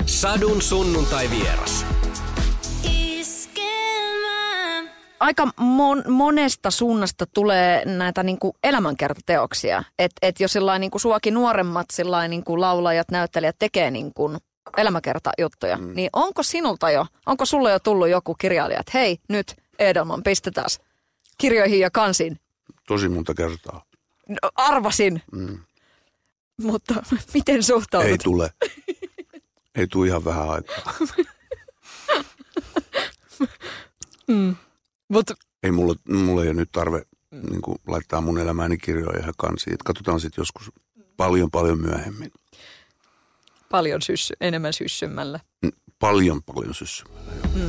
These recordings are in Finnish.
Sadun sunnuntai vieras. Aika monesta suunnasta tulee näitä niinku elämänkertateoksia. Et jos niinku suakin nuoremmat niinku laulajat, näyttelijät tekee niinku elämäkertajuttuja, niin onko sulle jo tullut joku kirjailija, että hei nyt Edelman pistetään kirjoihin ja kansiin? Tosi monta kertaa. No, arvasin. Mutta miten suhtaudut? Ei tule. Ei tule ihan vähän aikaa. Ei mulla ei ole nyt tarve niin kuin laittaa mun elämääni kirjoja ja kansiin. Et katsotaan sitten joskus paljon myöhemmin. Paljon enemmän syssymällä. Paljon syssymällä, joo.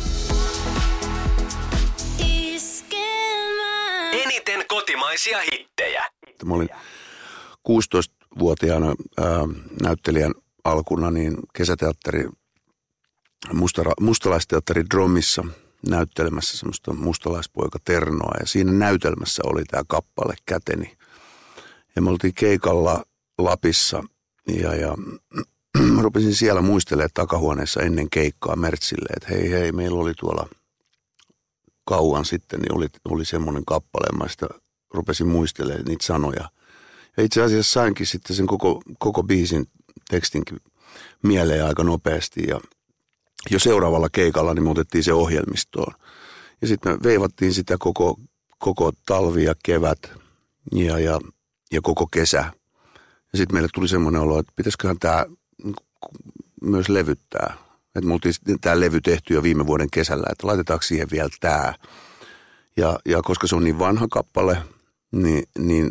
Eniten kotimaisia hittejä. Mä olin 16-vuotiaana näyttelijän alkuna niin kesäteatteri, mustalaisteatteri Dromissa näyttelemässä semmoista mustalaispoika Ternoa. Ja siinä näytelmässä oli tämä kappale Käteni. Ja me oltiin keikalla Lapissa ja mä rupesin siellä muistelemaan takahuoneessa ennen keikkaa Mertsille, että hei, meillä oli tuolla kauan sitten, niin oli semmoinen kappale. Mä sitä rupesin muistelemaan niitä sanoja. Ja itse asiassa sainkin sitten sen koko biisin tekstinkin mieleen aika nopeasti. Ja jo seuraavalla keikalla niin me otettiin se ohjelmistoon. Ja sitten me veivattiin sitä koko talvi ja kevät ja koko kesä. Ja sitten meille tuli semmoinen olo, että pitäisiköhän tämä myös levyttää. Että me oltiin tämä levy tehty jo viime vuoden kesällä, että laitetaanko siihen vielä tämä. Ja koska se on niin vanha kappale, niin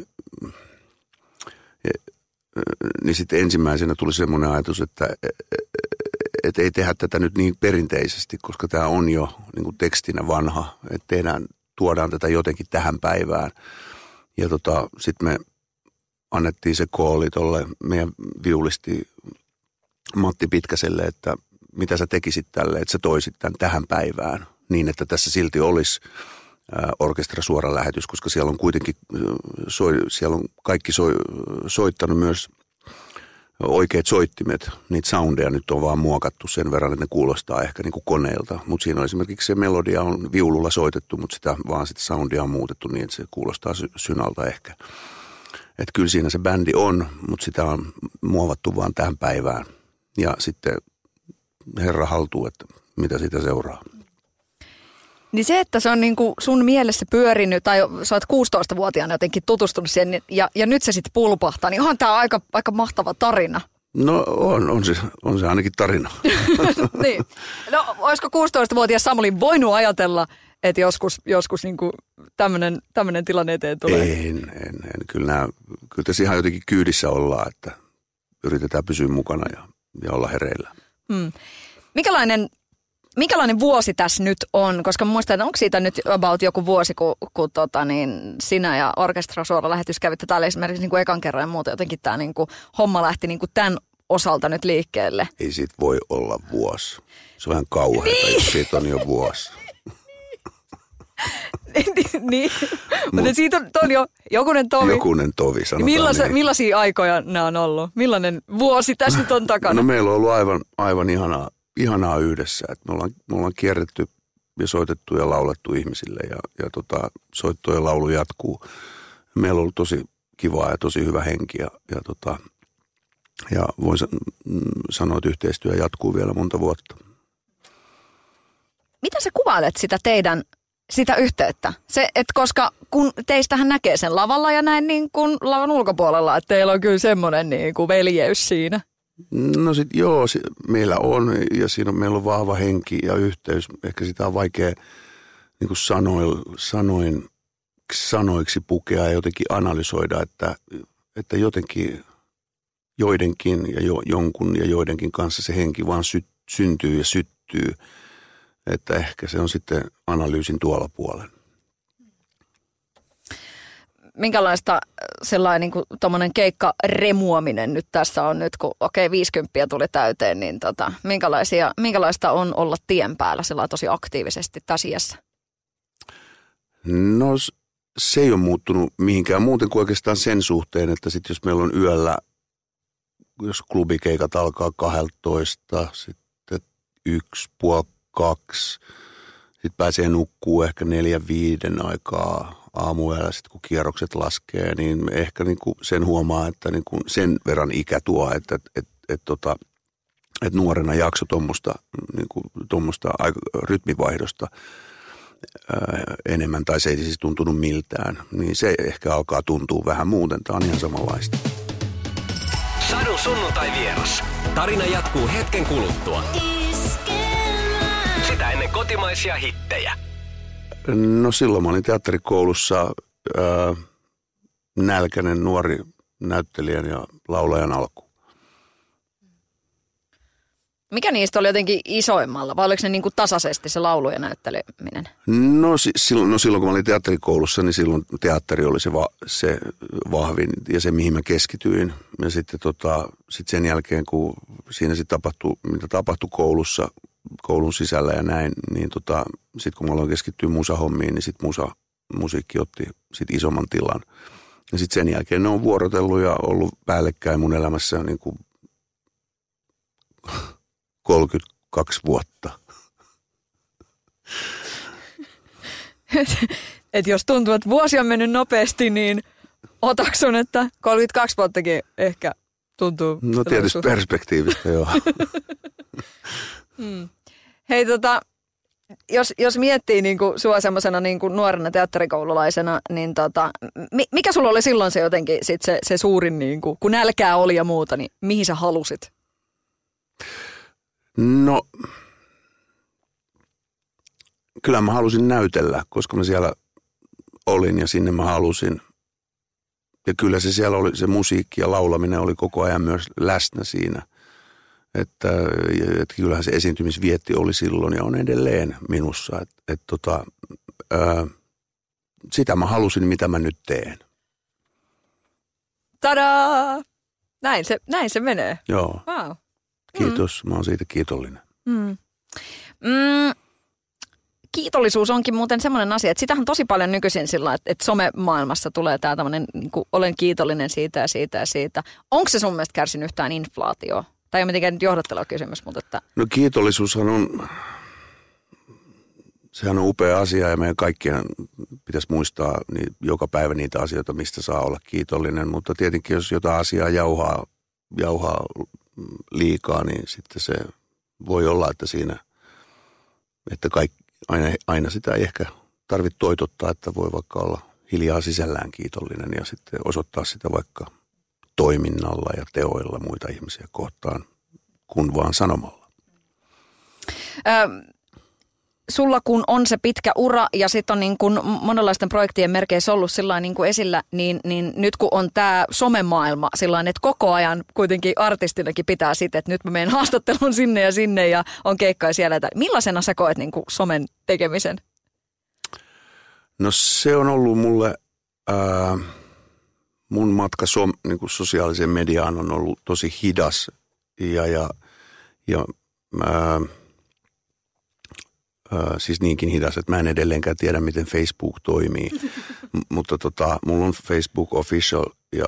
sitten ensimmäisenä tuli semmoinen ajatus, että ei tehdä tätä nyt niin perinteisesti, koska tämä on jo niin kuin tekstinä vanha, että tuodaan tätä jotenkin tähän päivään. Ja sitten me annettiin se kooli tolle meidän viulisti Matti Pitkäselle, että mitä sä tekisit tälle, että sä toisit tämän tähän päivään niin, että tässä silti olisi orkestra suora lähetys, koska siellä on kuitenkin, siellä on kaikki soittanut myös oikeat soittimet. Niitä soundeja nyt on vaan muokattu sen verran, että ne kuulostaa ehkä niin kuin koneelta. Mutta siinä on esimerkiksi se melodia on viululla soitettu, mutta sitä soundia on muutettu niin, että se kuulostaa synalta ehkä. Että kyllä siinä se bändi on, mutta sitä on muovattu vaan tähän päivään. Ja sitten herra haltuu, että mitä siitä seuraa. Niin se, että se on niin kuin sun mielessä pyörinyt, tai sä oot 16-vuotiaana jotenkin tutustunut siihen, ja nyt se sitten pulpahtaa, niin onhan tämä aika mahtava tarina. No on se ainakin tarina. Niin. No olisiko 16-vuotias Samuli voinut ajatella, että joskus niin kuin tämmöinen tilanne eteen tulee? En. Kyllä tässä ihan jotenkin kyydissä ollaan, että yritetään pysyä mukana ja olla hereillä. Minkälainen vuosi tässä nyt on? Koska muistan, onko siitä nyt about joku vuosi, kun sinä ja orkestra suora lähetys kävitte täällä esimerkiksi niin kuin ekan kerran ja muuta. Jotenkin tämä niin kuin homma lähti niin kuin tämän osalta nyt liikkeelle. Ei siitä voi olla vuosi. Se on ihan kauheata, jos siitä on jo vuosi. Niin, mutta siitä on jo jokunen tovi. Jokunen tovi, sanotaan niin. Millaisia aikoja nämä on ollut? Millainen vuosi tässä nyt on takana? No meillä on ollut aivan ihanaa yhdessä. Että me ollaan kierretty ja soitettu ja laulettu ihmisille ja soitto ja laulu jatkuu. Meillä on ollut tosi kivaa ja tosi hyvä henki ja voin sanoa, että yhteistyö jatkuu vielä monta vuotta. Mitä sä kuvailet sitä yhteyttä? Se, että koska kun teistähän näkee sen lavalla ja näin niin kuin lavan ulkopuolella, että teillä on kyllä semmoinen niin kuin veljeys siinä. No meillä on ja meillä on vahva henki ja yhteys. Ehkä sitä on vaikea niin kuin sanoiksi pukea ja jotenkin analysoida, että jotenkin joidenkin ja jonkun ja joidenkin kanssa se henki vaan syntyy ja syttyy. Että ehkä se on sitten analyysin tuolla puolen. Minkälaista sellainen niin kuin tommoinen keikkaremuaminen nyt tässä on nyt, kun 50 tuli täyteen, niin minkälaista on olla tien päällä sellainen tosi aktiivisesti tässä iässä? No se ei ole muuttunut mihinkään muuten kuin oikeastaan sen suhteen, että sitten jos meillä on yöllä jos klubikeikat alkaa 12, sitten 1, puoli 2, sitten pääsee nukkuu ehkä 4-5 aikaa aamuella, sitten kun kierrokset laskee, niin ehkä niin kuin sen huomaa, että niin kuin sen verran ikä tuo, että nuorena jakso tuommoista rytmivaihdosta enemmän, tai se ei siis tuntunut miltään, niin se ehkä alkaa tuntua vähän muuten. Tämä on ihan samanlaista. Sadun sunnuntai vieras. Tarina jatkuu hetken kuluttua. Sitä ennen kotimaisia hittejä. No silloin mä olin teatterikoulussa nälkäinen nuori näyttelijän ja laulajan alku. Mikä niistä oli jotenkin isoimmalla, vai oliko se niin kuin tasaisesti se laulu ja näytteleminen? No silloin kun mä olin teatterikoulussa, niin silloin teatteri oli se vahvin ja se mihin mä keskityin. Ja sitten sit sen jälkeen, kun siinä sitten tapahtui koulussa, koulun sisällä ja näin, niin sitten kun mä aloin keskittyä musahommiin, niin sitten musiikki otti sit isomman tilan. Ja sitten sen jälkeen ne on vuorotellut ja ollut päällekkäin mun elämässä niin kuin 32 vuotta. Et jos tuntuu, että vuosi on mennyt nopeasti, niin otaksun, että 32 vuottakin ehkä tuntuu. No tietysti perspektiivistä, joo. Hei jos miettii niinku sua semmoisena niinku nuorena teatterikoululaisena, niin mikä sulla oli silloin se jotenkin sit se suurin, niinku, kun nälkää oli ja muuta, niin mihin sä halusit? No, kyllä mä halusin näytellä, koska mä siellä olin ja sinne mä halusin. Ja kyllä se siellä oli, se musiikki ja laulaminen oli koko ajan myös läsnä siinä. Että kyllähän se esiintymisvietti oli silloin ja on edelleen minussa. Sitä mä halusin, mitä mä nyt teen. Tadaa! Näin se menee. Joo. Wow. Kiitos, mä oon siitä kiitollinen. Kiitollisuus onkin muuten semmoinen asia, että sitähän tosi paljon nykyisin sillä, että somemaailmassa tulee tämä tämmöinen, niin kuin olen kiitollinen siitä ja siitä ja siitä. Onko se sun mielestä kärsinyt yhtään inflaatioa? Tai ei ole mitenkään nyt johdattelua kysymys, mutta että... No kiitollisuushan sehän on upea asia ja meidän kaikkien pitäisi muistaa joka päivä niitä asioita, mistä saa olla kiitollinen. Mutta tietenkin jos jotain asiaa jauhaa liikaa, niin sitten se voi olla, että siinä, että aina sitä ei ehkä tarvitse toitottaa, että voi vaikka olla hiljaa sisällään kiitollinen ja sitten osoittaa sitä vaikka toiminnalla ja teoilla muita ihmisiä kohtaan, kun vaan sanomalla. Sulla kun on se pitkä ura ja sitten on niin kuin monenlaisten projektien merkeissä ollut sillain niin kuin esillä, niin nyt kun on tämä somemaailma sillain, että koko ajan kuitenkin artistillekin pitää sitten, että nyt mä menen haastattelun sinne ja on keikkaa siellä. Millaisena sä koet niin kuin somen tekemisen? No se on ollut mulle, mun matka niin kuin sosiaaliseen mediaan on ollut tosi hidas ja siis niinkin hidas, että mä en edelleenkään tiedä, miten Facebook toimii. Mutta mulla on Facebook Official ja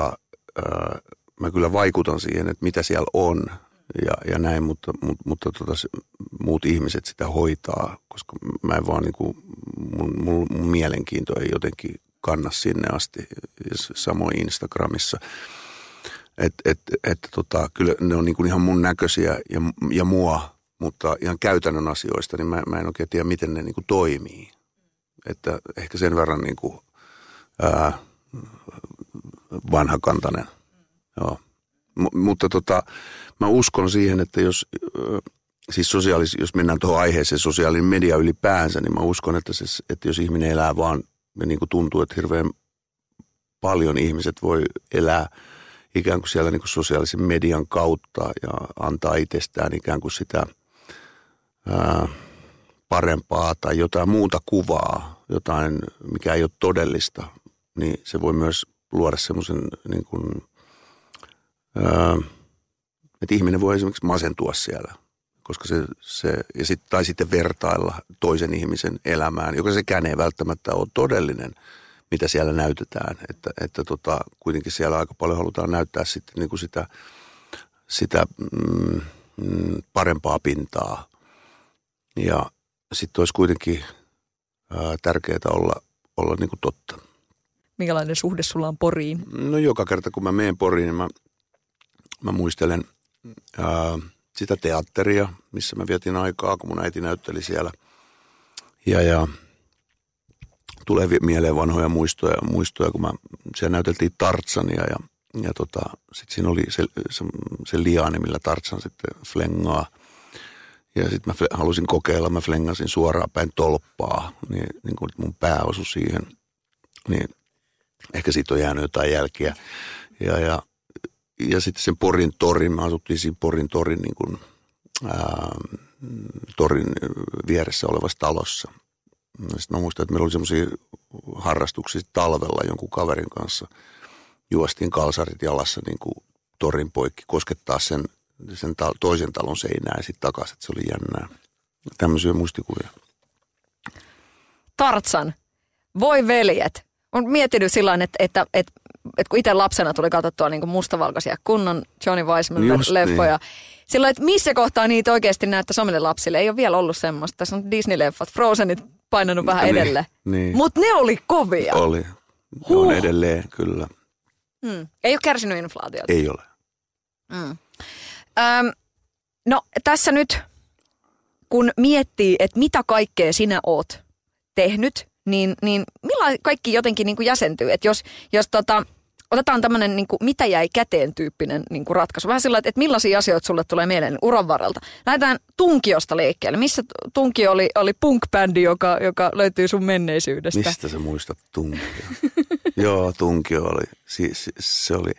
mä kyllä vaikutan siihen, että mitä siellä on ja näin, mutta muut ihmiset sitä hoitaa, koska mä en vaan niinku, mun mielenkiinto ei jotenkin kanna sinne asti, samoin Instagramissa. Kyllä ne on niinku ihan mun näköisiä ja mua, mutta ihan käytännön asioista, niin mä en oikein tiedä, miten ne niinku toimii. Että ehkä sen verran niinku, vanhakantainen. Joo. Mutta mä uskon siihen, että jos mennään tuohon aiheeseen sosiaalinen media ylipäänsä, niin mä uskon, että jos ihminen elää vaan, ja niin kuin tuntuu, että hirveän paljon ihmiset voi elää ikään kuin siellä niin kuin sosiaalisen median kautta ja antaa itsestään ikään kuin sitä parempaa tai jotain muuta kuvaa, jotain, mikä ei ole todellista, niin se voi myös luoda semmoisen, niin kuin, että ihminen voi esimerkiksi masentua siellä, koska tai sitten vertailla toisen ihmisen elämään, joka sekään ei välttämättä ole todellinen, mitä siellä näytetään, että kuitenkin siellä aika paljon halutaan näyttää sitten niin kuin sitä sitä parempaa pintaa. Ja sitten olisi kuitenkin tärkeää olla niin kuin totta. Minkälainen suhde sulla on Poriin? No joka kerta kun mä menen Poriin, niin mä muistelen sitä teatteria, missä mä vietin aikaa, kun mun äiti näytteli siellä. Ja tulee mieleen vanhoja muistoja, kun siellä näyteltiin Tarzania ja sitten siinä oli se liaani, millä Tarzan sitten flengaa. Ja sitten mä halusin kokeilla, mä flengasin suoraan päin tolppaa, niin kun mun pää osui siihen, niin ehkä siitä on jäänyt jotain jälkiä. Ja sitten sen Porin torin, me asuttiin siinä Porin torin, niin kuin, torin vieressä olevassa talossa. Sitten mä muistan, että meillä oli semmoisia harrastuksia talvella jonkun kaverin kanssa. Juostiin kalsarit jalassa niin kuin torin poikki, koskettaa sen toisen talon seinää ja sitten takaisin, että se oli jännää. Tämmöisiä muistikuvia. Tarzan, voi veljet. Olen miettinyt sillain, että kun itse lapsena tuli katsottua niin kuin mustavalkoisia kunnon Johnny Weissman-leffoja. Niin. Silloin, että missä kohtaa niitä oikeasti näyttäisi omille lapsille. Ei ole vielä ollut semmoista. Tässä on Disney-leffat, Frozenit painanut vähän edelle. Niin. Mutta ne oli kovia. Oli. Ne on edelleen, kyllä. Ei ole kärsinyt inflaatiota. Ei ole. No tässä nyt, kun miettii, että mitä kaikkea sinä oot tehnyt, niin millä kaikki jotenkin niin kuin jäsentyy? Että jos otetaan tämmöinen niin kuin mitä jäi käteen -tyyppinen niin kuin ratkaisu. Vähän sillä, että millaisia asioita sulle tulee mieleen uran varrelta. Lähdetään Tunkiosta liikkeelle. Missä Tunkio oli punk-bändi, joka löytyy sun menneisyydestä? Mistä sä muistat Tunkio? Joo, Tunkio oli. Se oli...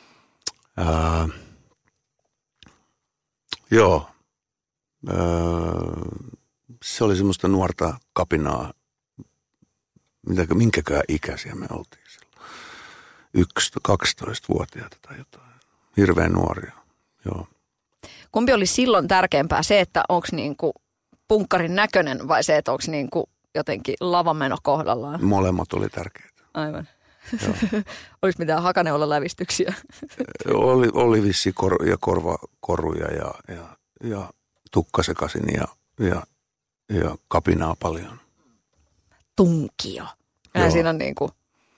se oli semmoista nuorta kapinaa. Minkäkään ikäisiä me oltiin silloin? 12-vuotiaita tai jotain. Hirveän nuoria, joo. Kumpi oli silloin tärkeämpää, se, että onko niinku punkkarin näköinen vai se, että onko niinku jotenkin lavameno kohdallaan? Molemmat oli tärkeitä. Aivan. Oliko mitään Hakaneolla lävistyksiä? Oli vissiin korvakoruja ja tukkasekasin ja kapinaa paljon. Tunkio. Siinä on niinku...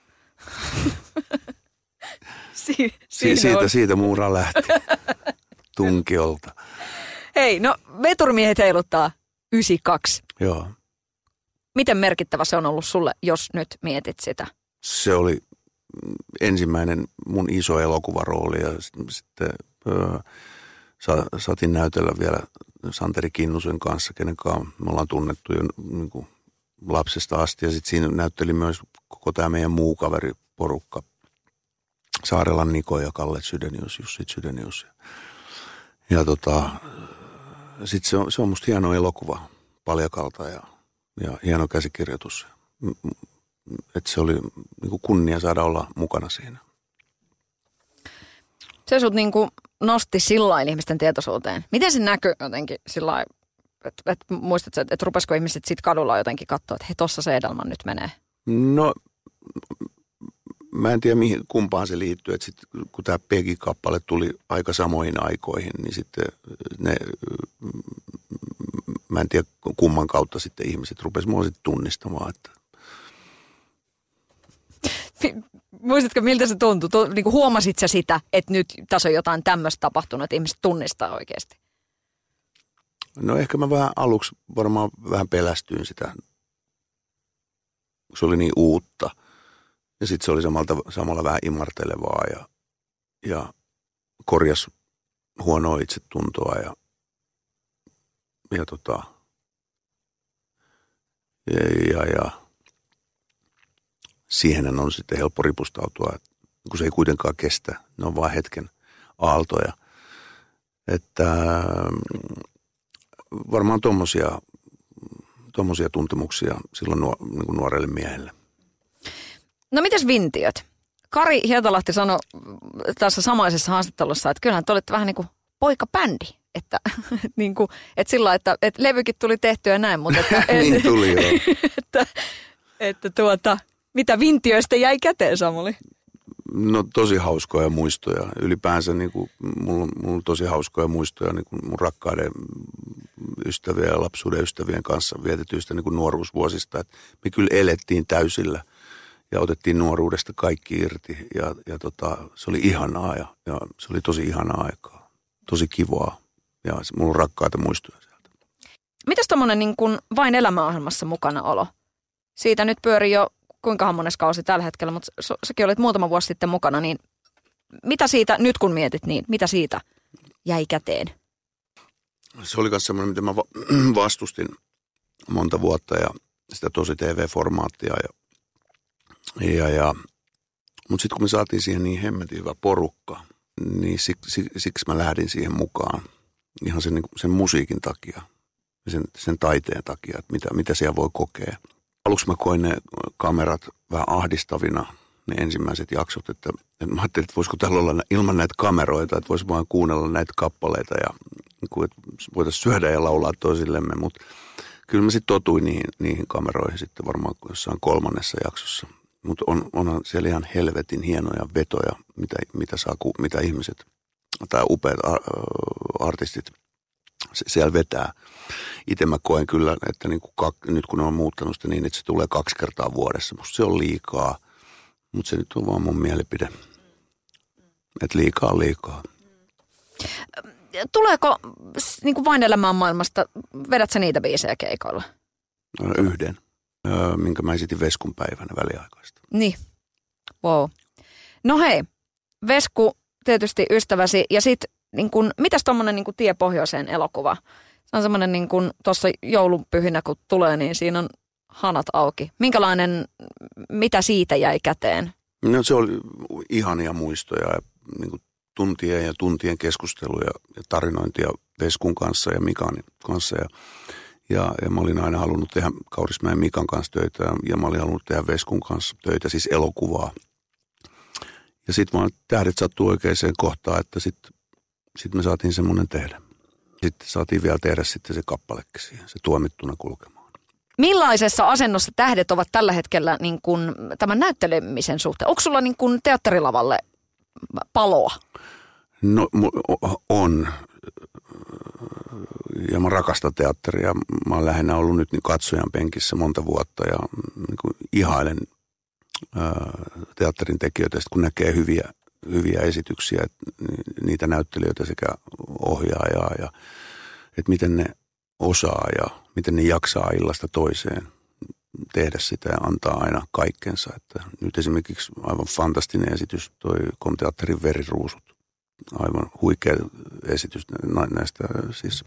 Siitä muura lähti. Tunkiolta. Hei, no veturimiehet heiluttaa 92. Joo. Miten merkittävä se on ollut sulle, jos nyt mietit sitä? Se oli ensimmäinen mun iso elokuvarooli ja sitten saatiin näytellä vielä Santeri Kinnusen kanssa, kenen kanssa me ollaan tunnettu jo niin kuin lapsesta asti. Ja sitten siinä näytteli myös koko tämä meidän muu kaveriporukka. Saarelan Niko ja Kalle Sydenius, Jussi Sydenius. Ja sitten se on musta hieno elokuva Paljakalta ja hieno käsikirjoitus. Että se oli niinku kunnia saada olla mukana siinä. Se sut niinku nosti sillain ihmisten tietoisuuteen. Miten se näkyy jotenkin sillain, että muistatko, että rupesiko ihmiset sit kadulla jotenkin katsoa, että hei, tossa se Edelman nyt menee? No, mä en tiedä kumpaan se liittyy, että sit, kun tämä Peggy-kappale tuli aika samoihin aikoihin, niin sitten mä en tiedä kumman kautta sitten ihmiset rupesivat mua sitten tunnistamaan, että muistatko, miltä se tuntui? Niin kuin huomasit sä sitä, että nyt tässä on jotain tämmöistä tapahtunut, että ihmiset tunnistaa oikeasti? No ehkä mä aluksi varmaan vähän pelästyin sitä, kun se oli niin uutta. Ja sitten se oli samalla vähän imartelevaa ja korjasi huonoa itsetuntoa ja siihen on sitten helppo ripustautua, kun se ei kuitenkaan kestä. Ne on vain hetken aaltoja. Että varmaan tommosia tuntemuksia silloin niin kuin nuorelle miehelle. No mitäs Vintiöt? Kari Hietalahti sanoi tässä samaisessa haastattelussa, että kyllähän te olette vähän niin kuin poikabändi. Että, niin kuin, että sillä että levykin tuli tehtyä näin, mutta että, niin tuli joo. että mitä Vintiöistä jäi käteen, Samuli? No tosi hauskoja muistoja. Ylipäänsä niin kuin, mulla on tosi hauskoja muistoja niin kuin mun rakkaiden ystävien ja lapsuuden ystävien kanssa vietetyistä niin kuin nuoruusvuosista. Et me kyllä elettiin täysillä ja otettiin nuoruudesta kaikki irti ja se oli ihanaa ja se oli tosi ihanaa aikaa. Tosi kivaa ja mulla on rakkaita muistoja sieltä. Mitäs tommonen niin kuin vain elämäohjelmassa mukana olo? Siitä nyt pyörii jo kuinkahan mones kausi tällä hetkellä, mutta säkin olit muutama vuosi sitten mukana, niin mitä siitä, nyt kun mietit, niin mitä siitä jäi käteen? Se oli myös semmoinen, mitä mä vastustin monta vuotta ja sitä tosi TV-formaattia. Mutta sitten kun me saatiin siihen niin hemmetin hyvä porukka, niin siksi mä lähdin siihen mukaan. Ihan sen musiikin takia ja sen taiteen takia, että mitä siellä voi kokea. Aluksi mä koin ne kamerat vähän ahdistavina, ne ensimmäiset jaksot, että mä ajattelin, että voisiko täällä olla ilman näitä kameroita, että voisi vaan kuunnella näitä kappaleita ja että voitaisiin syödä ja laulaa toisillemme, mutta kyllä mä sitten totuin niihin kameroihin sitten varmaan jossain 3. jaksossa. Mutta onhan siellä ihan helvetin hienoja vetoja, mitä ihmiset tai upeat artistit siellä vetää. Itse mä koen kyllä, että nyt kun on muuttanut sitä niin, että se tulee 2 kertaa vuodessa. Musta se on liikaa, mutta se nyt on vaan mun mielipide. Että liikaa on liikaa. Tuleeko niin kuin vain elämään maailmasta, vedät sä niitä biisejä keikoilla? Yhden, minkä mä esitin Veskun päivänä väliaikaista. Niin, wow. No hei, Vesku tietysti ystäväsi ja sit niin kun, mitäs tommonen niin kun Tie pohjoiseen elokuva? Se on semmoinen niin kun tuossa joulunpyhinä kun tulee, niin siinä on hanat auki. Mitä siitä jäi käteen? No se oli ihania muistoja ja niin kuin tuntien keskusteluja ja tarinointia Veskun kanssa ja Mikan kanssa. Ja mä olin aina halunnut tehdä Kaurismäen Mikan kanssa töitä ja mä olin halunnut tehdä Veskun kanssa töitä, siis elokuvaa. Ja sitten vaan tähdet sattuu oikeaan kohtaan, että sitten me saatiin semmoinen tehdä. Sitten saatiin vielä tehdä sitten se kappalekin siihen, se Tuomittuna kulkemaan. Millaisessa asennossa tähdet ovat tällä hetkellä niin kuin tämän näyttelemisen suhteen? Onko sulla niin kuin teatterilavalle paloa? No on. Ja mä rakastan teatteria. Mä oon lähinnä ollut nyt niin katsojan penkissä monta vuotta ja niin kuin ihailen teatterin tekijöitä, kun näkee hyviä esityksiä, niitä näyttelijöitä sekä ohjaajaa ja että miten ne osaa ja miten ne jaksaa illasta toiseen tehdä sitä ja antaa aina kaikkensa. Että nyt esimerkiksi aivan fantastinen esitys, toi Komteatterin Veriruusut. Aivan huikea esitys näistä siis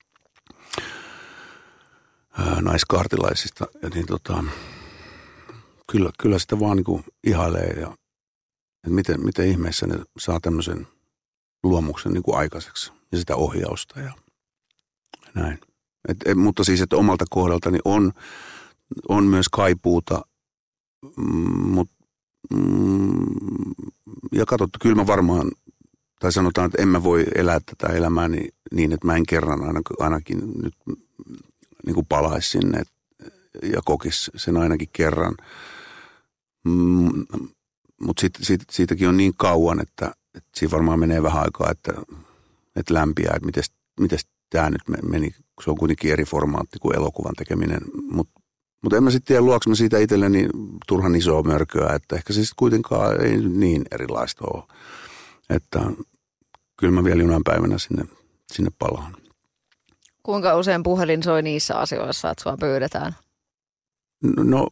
naiskaartilaisista. Ja niin kyllä sitä vaan niin kuin ihailee ja miten ihmeessä ne saa tämmöisen luomuksen niin kuin aikaiseksi ja sitä ohjausta ja näin. Mutta siis, että omalta kohdaltani on myös kaipuuta, ja katsottu, kyllä mä varmaan, tai sanotaan, että en mä voi elää tätä elämää niin, että mä en kerran ainakin nyt niin kuin palaisi sinne ja kokisi sen ainakin kerran. Mutta siitäkin on niin kauan, että siinä varmaan menee vähän aikaa, että lämpiää, että miten tämä nyt meni. Se on kuitenkin eri formaatti kuin elokuvan tekeminen. Mutta en mä sitten tiedä, luoks mä siitä itselleni turhan isoa mörköä, että ehkä se sitten kuitenkaan ei niin erilaista ole. Että kyllä mä vielä jonain päivänä sinne palaan. Kuinka usein puhelin soi niissä asioissa, että sua pyydetään? No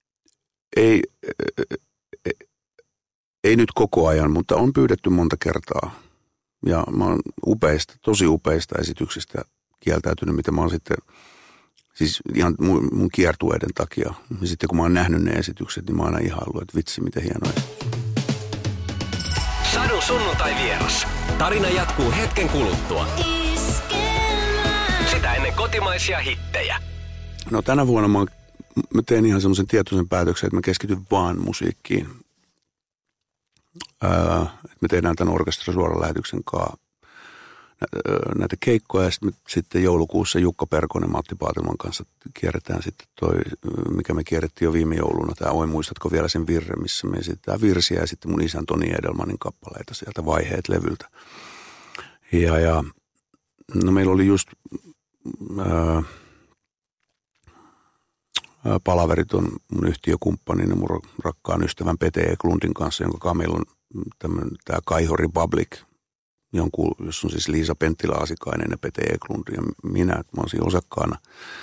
ei nyt koko ajan, mutta on pyydetty monta kertaa. Ja mä oon tosi upeista esityksistä kieltäytynyt, mitä mä oon sitten, siis ihan mun kiertueiden takia. Ja sitten kun mä oon nähnyt ne esitykset, niin mä oon aina ihaillut, että vitsi, miten hienoja. Sadun sunnuntai vieras. Tarina jatkuu hetken kuluttua. Sitä ennen kotimaisia hittejä. No tänä vuonna mä teen ihan semmoisen tietoisen päätöksen, että mä keskityn vaan musiikkiin. Että me tehdään tämän orkestrasuoran lähetyksen kanssa näitä keikkoja ja sitten joulukuussa Jukka Perkonen, Matti Paatelman kanssa kierretään sitten mikä me kierrettiin jo viime jouluna, tämä Oi muistatko vielä sen virre, missä me esitetään virsiä ja sitten mun isän Toni Edelmanin kappaleita sieltä Vaiheet levyltä. Ja no meillä oli just palaverit on mun yhtiökumppanin ja mun rakkaan ystävän Pete Eklundin kanssa, jonka kanssa meillä on tämä Kaiho Republic, jos on siis Liisa Penttilä-Asikainen ja Pete Eklund ja minä, että mä oon siinä osakkaana,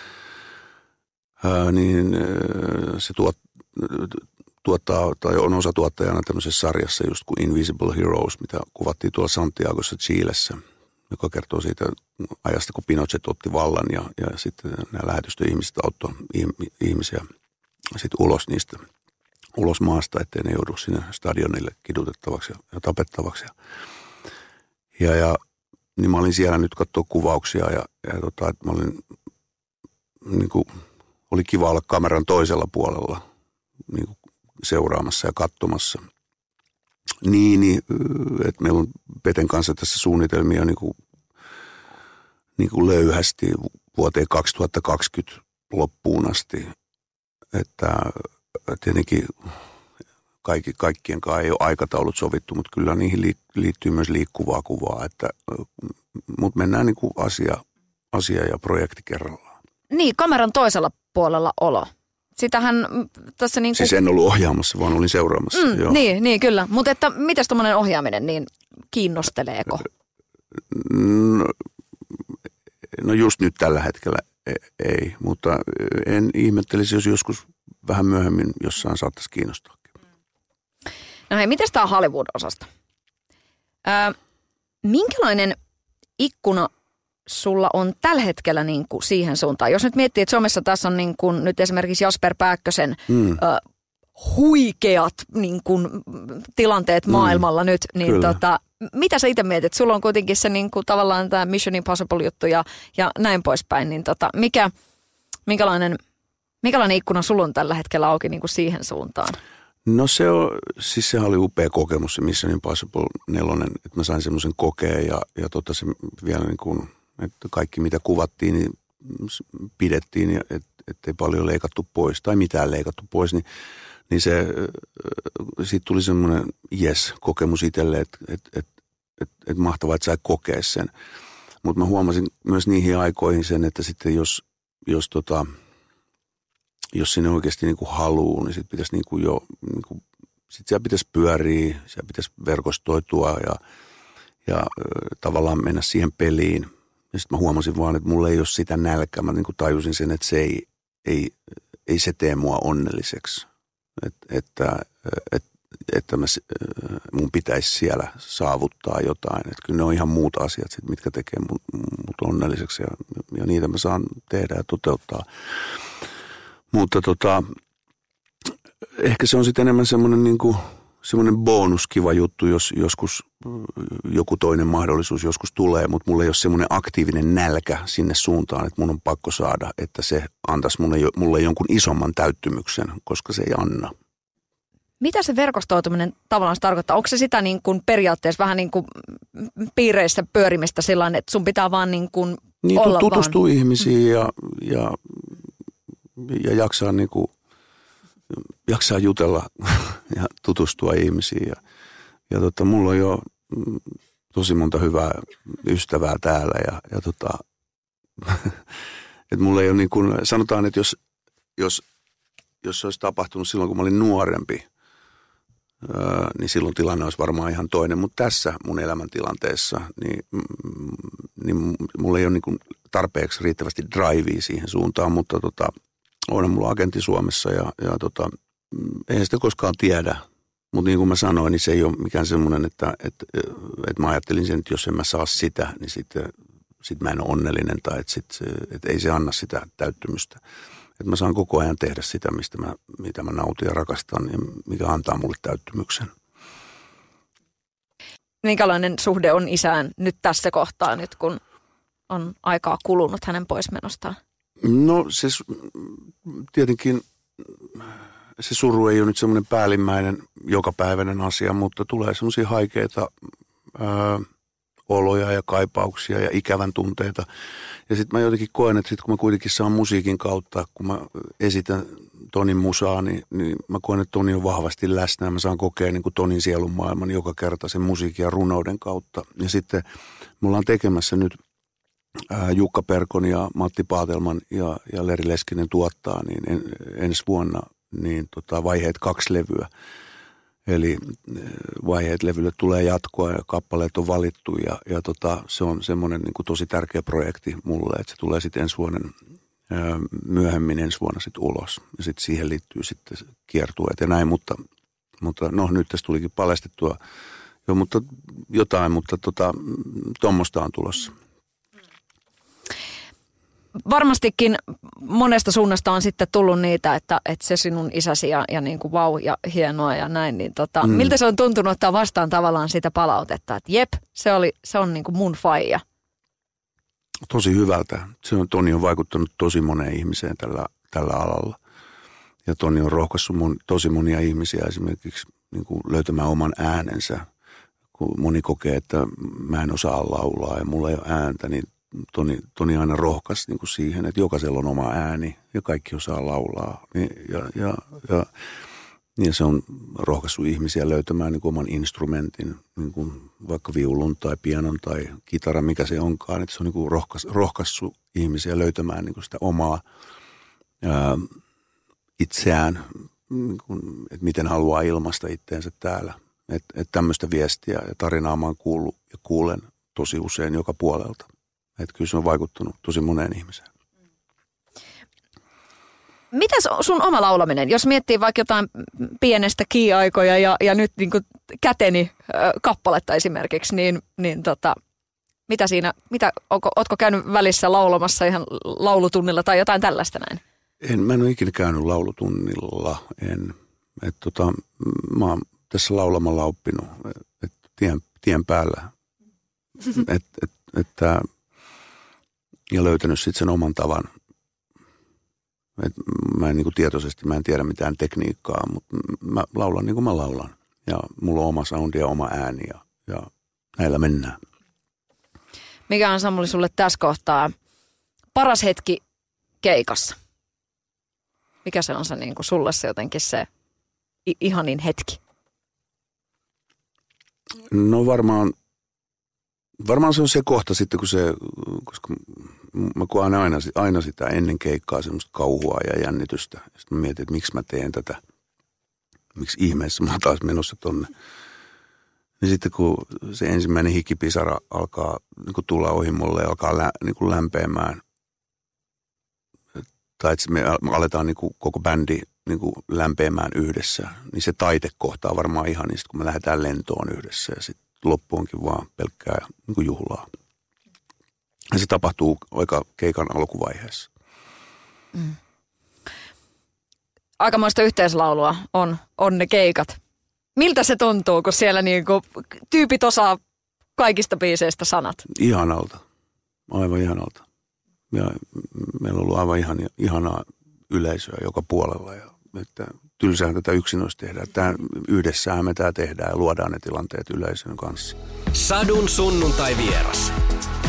niin se tuottaa tai on osatuottajana tämmöisessä sarjassa just kuin Invisible Heroes, mitä kuvattiin tuolla Santiagossa Chilessä, joka kertoo siitä ajasta, kun Pinochet otti vallan ja sitten nämä lähetystöihmiset auttoi ihmisiä sitten ulos maasta, ettei ne joudu sinne stadionille kidutettavaksi ja tapettavaksi. Ja niin mä olin siellä nyt katsoa kuvauksia ja mä olin niin kuin, oli kiva olla kameran toisella puolella niin kuin seuraamassa ja katsomassa. Niin, että meillä on Peten kanssa tässä suunnitelmia niin kuin löyhästi vuoteen 2020 loppuun asti. Että tietenkin kaikkien kanssa ei ole aikataulut sovittu, mutta kyllä niihin liittyy myös liikkuvaa kuvaa. Mutta mennään niin kuin asia ja projekti kerrallaan. Niin, kameran toisella puolella olo. Sitähän tässä niin kuin... Siis en ollut ohjaamassa, vaan olin seuraamassa. Joo. Niin, kyllä. Mutta että mitäs tommoinen ohjaaminen, niin kiinnosteleeko? No just nyt tällä hetkellä ei, mutta en ihmettelisi, jos joskus vähän myöhemmin jossain saattaisi kiinnostaa. No hei, mitäs tää Hollywood-osasta? Minkälainen ikkuna sulla on tällä hetkellä niin kuin siihen suuntaan? Jos nyt miettii, että Suomessa tässä on niin kuin nyt esimerkiksi Jasper Pääkkösen huikeat niin kuin tilanteet maailmalla nyt, niin mitä sä itse mietit? Sulla on kuitenkin se niin kuin tavallaan tämä Mission Impossible-juttu ja näin poispäin, niin minkälainen ikkuna sulla on tällä hetkellä auki niin kuin siihen suuntaan? No sehän oli upea kokemus se Mission Impossible 4, että mä sain semmoisen kokeen ja se vielä niin kuin, että kaikki mitä kuvattiin, niin pidettiin ja ettei paljon leikattu pois tai mitään leikattu pois, niin siitä tuli semmoinen kokemus itselle, että mahtavaa, että sai kokea sen. Mutta mä huomasin myös niihin aikoihin sen, että sitten jos sinne oikeasti niin kuin haluaa, niin sitten pitäisi niin kuin jo, niin kuin, sit siellä pitäisi pyöriä, siellä pitäisi verkostoitua ja tavallaan mennä siihen peliin. Ja sitten mä huomasin vaan, että mulla ei ole sitä nälkää. Mä niin kuin tajusin sen, että se ei se tee mua onnelliseksi. Että mun pitäisi siellä saavuttaa jotain. Että kyllä ne on ihan muut asiat, sit, mitkä tekee mut onnelliseksi ja niitä mä saan tehdä ja toteuttaa. Mutta ehkä se on sitten enemmän semmoinen niinku semmoinen bonuskiva juttu, jos joskus joku toinen mahdollisuus joskus tulee, mutta mulla ei ole semmoinen aktiivinen nälkä sinne suuntaan, että mun on pakko saada, että se antaisi mulle jonkun isomman täyttymyksen, koska se ei anna. Mitä se verkostoituminen tavallaan tarkoittaa? Onko se sitä niin kuin periaatteessa vähän niin kuin piireissä pyörimistä sillain, että sun pitää vaan niin kuin olla tutustua vaan ihmisiin ja jaksaa jutella ja tutustua ihmisiin. Ja mulla on jo tosi monta hyvää ystävää täällä. Että mulla ei ole niin kuin, sanotaan, että jos se olisi tapahtunut silloin, kun mä olin nuorempi, niin silloin tilanne olisi varmaan ihan toinen. Mutta tässä mun elämäntilanteessa, niin mulla ei ole niin kuin tarpeeksi riittävästi drivea siihen suuntaan, mutta onhan mulla agentti Suomessa ja eihän sitä koskaan tiedä. Mutta niin kuin mä sanoin, niin se ei ole mikään semmoinen, että mä ajattelin sen, että jos en mä saa sitä, niin sitten mä en ole onnellinen tai että ei se anna sitä täyttymystä. Että mä saan koko ajan tehdä sitä, mitä mä nautin ja rakastan ja mikä antaa mulle täyttymyksen. Minkälainen suhde on isään nyt tässä kohtaa, nyt kun on aikaa kulunut hänen poismenostaan? No tietenkin se suru ei ole nyt semmoinen päällimmäinen jokapäiväinen asia, mutta tulee semmoisia haikeita oloja ja kaipauksia ja ikävän tunteita. Ja sitten mä jotenkin koen, että sitten kun mä kuitenkin saan musiikin kautta, kun mä esitän Tonin musaa, niin mä koen, että Toni on vahvasti läsnä ja mä saan kokea niin kuin Tonin sielun maailman joka kerta sen musiikin ja runouden kautta. Ja sitten me ollaan tekemässä nyt Jukka Perkon ja Matti Paatelman ja Leri Leskinen tuottaa niin ensi vuonna niin Vaiheet 2 levyä. Eli Vaiheet levylle tulee jatkoa ja kappaleet on valittu ja se on semmoinen niin kuin tosi tärkeä projekti mulle, että se tulee sitten ensi vuoden myöhemmin ensi vuonna sitten ulos. Ja sitten siihen liittyy sitten kiertueet ja näin, mutta no nyt tässä tulikin paljastettua jo, mutta jotain, mutta tuommoista on tulossa. Varmastikin monesta suunnasta on sitten tullut niitä, että se sinun isäsi ja niin kuin vau ja hienoa ja näin, niin miltä se on tuntunut ottaa vastaan tavallaan sitä palautetta, että jep, se on niin kuin mun faija. Tosi hyvältä. Toni on vaikuttanut tosi moneen ihmiseen tällä alalla. Ja Toni on rohkaissut tosi monia ihmisiä esimerkiksi niin kuin löytämään oman äänensä. Kun moni kokee, että mä en osaa laulaa ja mulla ei ole ääntä, niin Toni aina rohkaisi niin kuin siihen, että jokaisella on oma ääni ja kaikki osaa laulaa. Ja se on rohkaissut ihmisiä löytämään niin kuin oman instrumentin, niin kuin vaikka viulun tai pianon tai kitara, mikä se onkaan. Että se on niin kuin rohkaissut ihmisiä löytämään niin kuin sitä omaa itseään, niin kuin, että miten haluaa ilmaista itteensä täällä. Että tämmöistä viestiä ja tarinaa mä oon kuullut ja kuulen tosi usein joka puolelta. Että kyllä se on vaikuttanut tosi moneen ihmiseen. Mitäs sun oma laulaminen, jos miettii vaikka jotain pienestä Key-aikoja ja nyt niin kuin Käteni kappaletta esimerkiksi, niin mitä siinä, ootko käynyt välissä laulamassa ihan laulutunnilla tai jotain tällaista näin? Mä en ole ikinä käynyt laulutunnilla, mä oon tässä laulamalla oppinut, tien päällä, ja löytänyt sitten sen oman tavan. Mä en niin kuin tietoisesti, mä en tiedä mitään tekniikkaa, mutta mä laulan niin kuin mä laulan. Ja mulla on oma soundi ja oma ääni ja näillä mennään. Mikä on Samuli sulle tässä kohtaa paras hetki keikassa? Mikä se on se niin kuin sulle se jotenkin se ihanin hetki? No varmaan se on se kohta sitten, koska mä koen aina sitä ennen keikkaa semmoista kauhua ja jännitystä. Sitten mä mietin, että miksi mä teen tätä. Miksi ihmeessä mä oon taas menossa tonne. Ja sitten kun se ensimmäinen hikipisara alkaa niin kuin tulla ohi mulle ja alkaa niin kuin lämpeämään. Tai että me aletaan niin kuin koko bändi niin kuin lämpeämään yhdessä. Niin se taitekohta on varmaan ihan niin, kun me lähdetään lentoon yhdessä ja sitten loppu onkin vaan pelkkää niin kuin juhlaa. Ja se tapahtuu aika keikan alkuvaiheessa. Aikamoista yhteislaulua on ne keikat. Miltä se tuntuu, kun siellä niinku tyypit osaa kaikista biiseistä sanat? Ihanalta. Aivan ihanalta. Ja meillä on ollut aivan ihanaa yleisöä joka puolella. Ja että tylsään tätä yksin olisi tehdä. Yhdessä me tämä tehdään ja luodaan ne tilanteet yleisön kanssa. Sadun sunnuntai vieras.